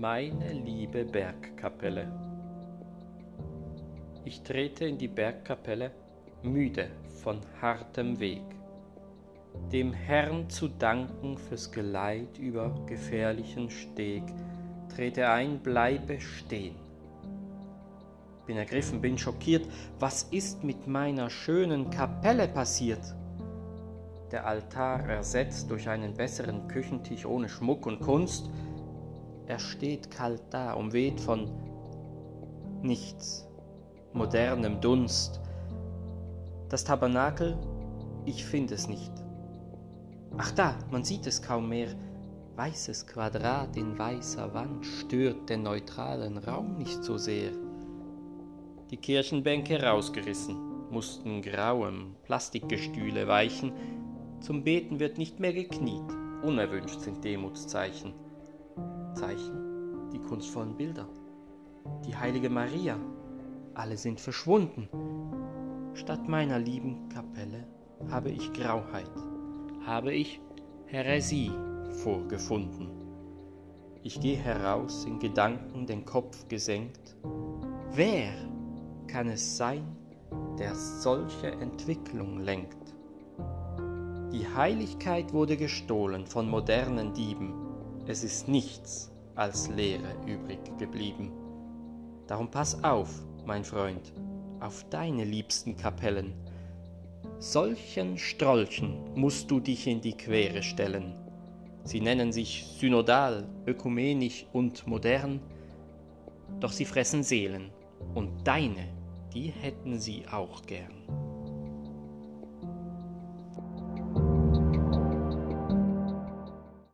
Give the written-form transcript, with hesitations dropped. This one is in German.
Meine liebe Bergkapelle. Ich trete in die Bergkapelle, müde von hartem Weg, dem Herrn zu danken fürs Geleit über gefährlichen Steg, trete ein, bleibe stehen. Bin ergriffen, bin schockiert, was ist mit meiner schönen Kapelle passiert? Der Altar ersetzt durch einen besseren Küchentisch ohne Schmuck und Kunst. Er steht kalt da, umweht von nichts, modernem Dunst. Das Tabernakel, ich find es nicht. Ach da, man sieht es kaum mehr. Weißes Quadrat in weißer Wand stört den neutralen Raum nicht so sehr. Die Kirchenbänke rausgerissen, mussten grauem Plastikgestühle weichen. Zum Beten wird nicht mehr gekniet, unerwünscht sind Demutszeichen. Zeichen, die kunstvollen Bilder, die heilige Maria, alle sind verschwunden. Statt meiner lieben Kapelle habe ich Grauheit, habe ich Häresie vorgefunden. Ich gehe heraus, in Gedanken den Kopf gesenkt. Wer kann es sein, der solche Entwicklung lenkt? Die Heiligkeit wurde gestohlen von modernen Dieben. Es ist nichts als Leere übrig geblieben. Darum pass auf, mein Freund, auf deine liebsten Kapellen. Solchen Strolchen musst du dich in die Quere stellen. Sie nennen sich synodal, ökumenisch und modern, doch sie fressen Seelen, und deine, die hätten sie auch gern.